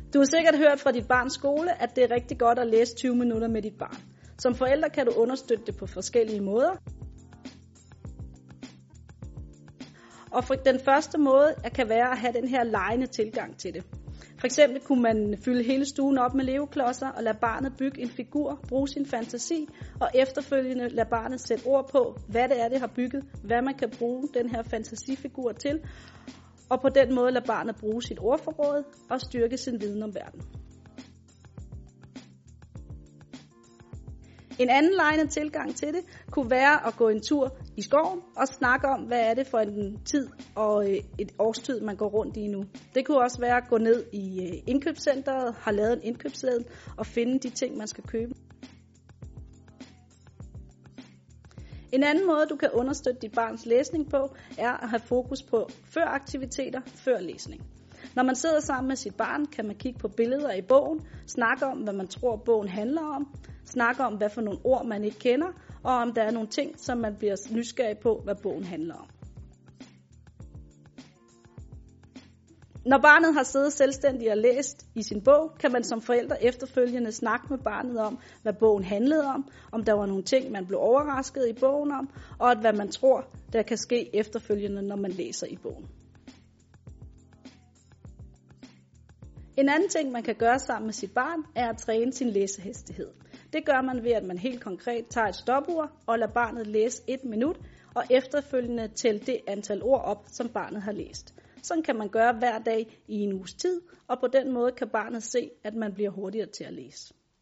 Du har sikkert hørt fra dit barns skole, at det er rigtig godt at læse 20 minutter med dit barn. Som forælder kan du understøtte det på forskellige måder. Og den første måde kan være at have den her legende tilgang til det. For eksempel kunne man fylde hele stuen op med legoklodser og lade barnet bygge en figur, bruge sin fantasi og efterfølgende lade barnet sætte ord på, hvad det har bygget, hvad man kan bruge den her fantasifigur til, og på den måde lade barnet bruge sit ordforråd og styrke sin viden om verden. En anden legende tilgang til det kunne være at gå en tur i skoven og snakke om, hvad er det for en tid og et årstid, man går rundt i nu. Det kunne også være at gå ned i indkøbscenteret, har lavet en indkøbsseddel og finde de ting, man skal købe. En anden måde, du kan understøtte dit barns læsning på, er at have fokus på føraktiviteter, før læsning. Når man sidder sammen med sit barn, kan man kigge på billeder i bogen, snakke om, hvad man tror, bogen handler om, snakke om, hvad for nogle ord, man ikke kender, og om der er nogle ting, som man bliver nysgerrig på, hvad bogen handler om. Når barnet har siddet selvstændigt og læst i sin bog, kan man som forældre efterfølgende snakke med barnet om, hvad bogen handlede om der var nogle ting, man blev overrasket i bogen om, og hvad man tror, der kan ske efterfølgende, når man læser i bogen. En anden ting, man kan gøre sammen med sit barn, er at træne sin læsehastighed. Det gør man ved, at man helt konkret tager et stopur og lader barnet læse 1 minut, og efterfølgende tælle det antal ord op, som barnet har læst. Sådan kan man gøre hver dag i en uges tid, og på den måde kan barnet se, at man bliver hurtigere til at læse.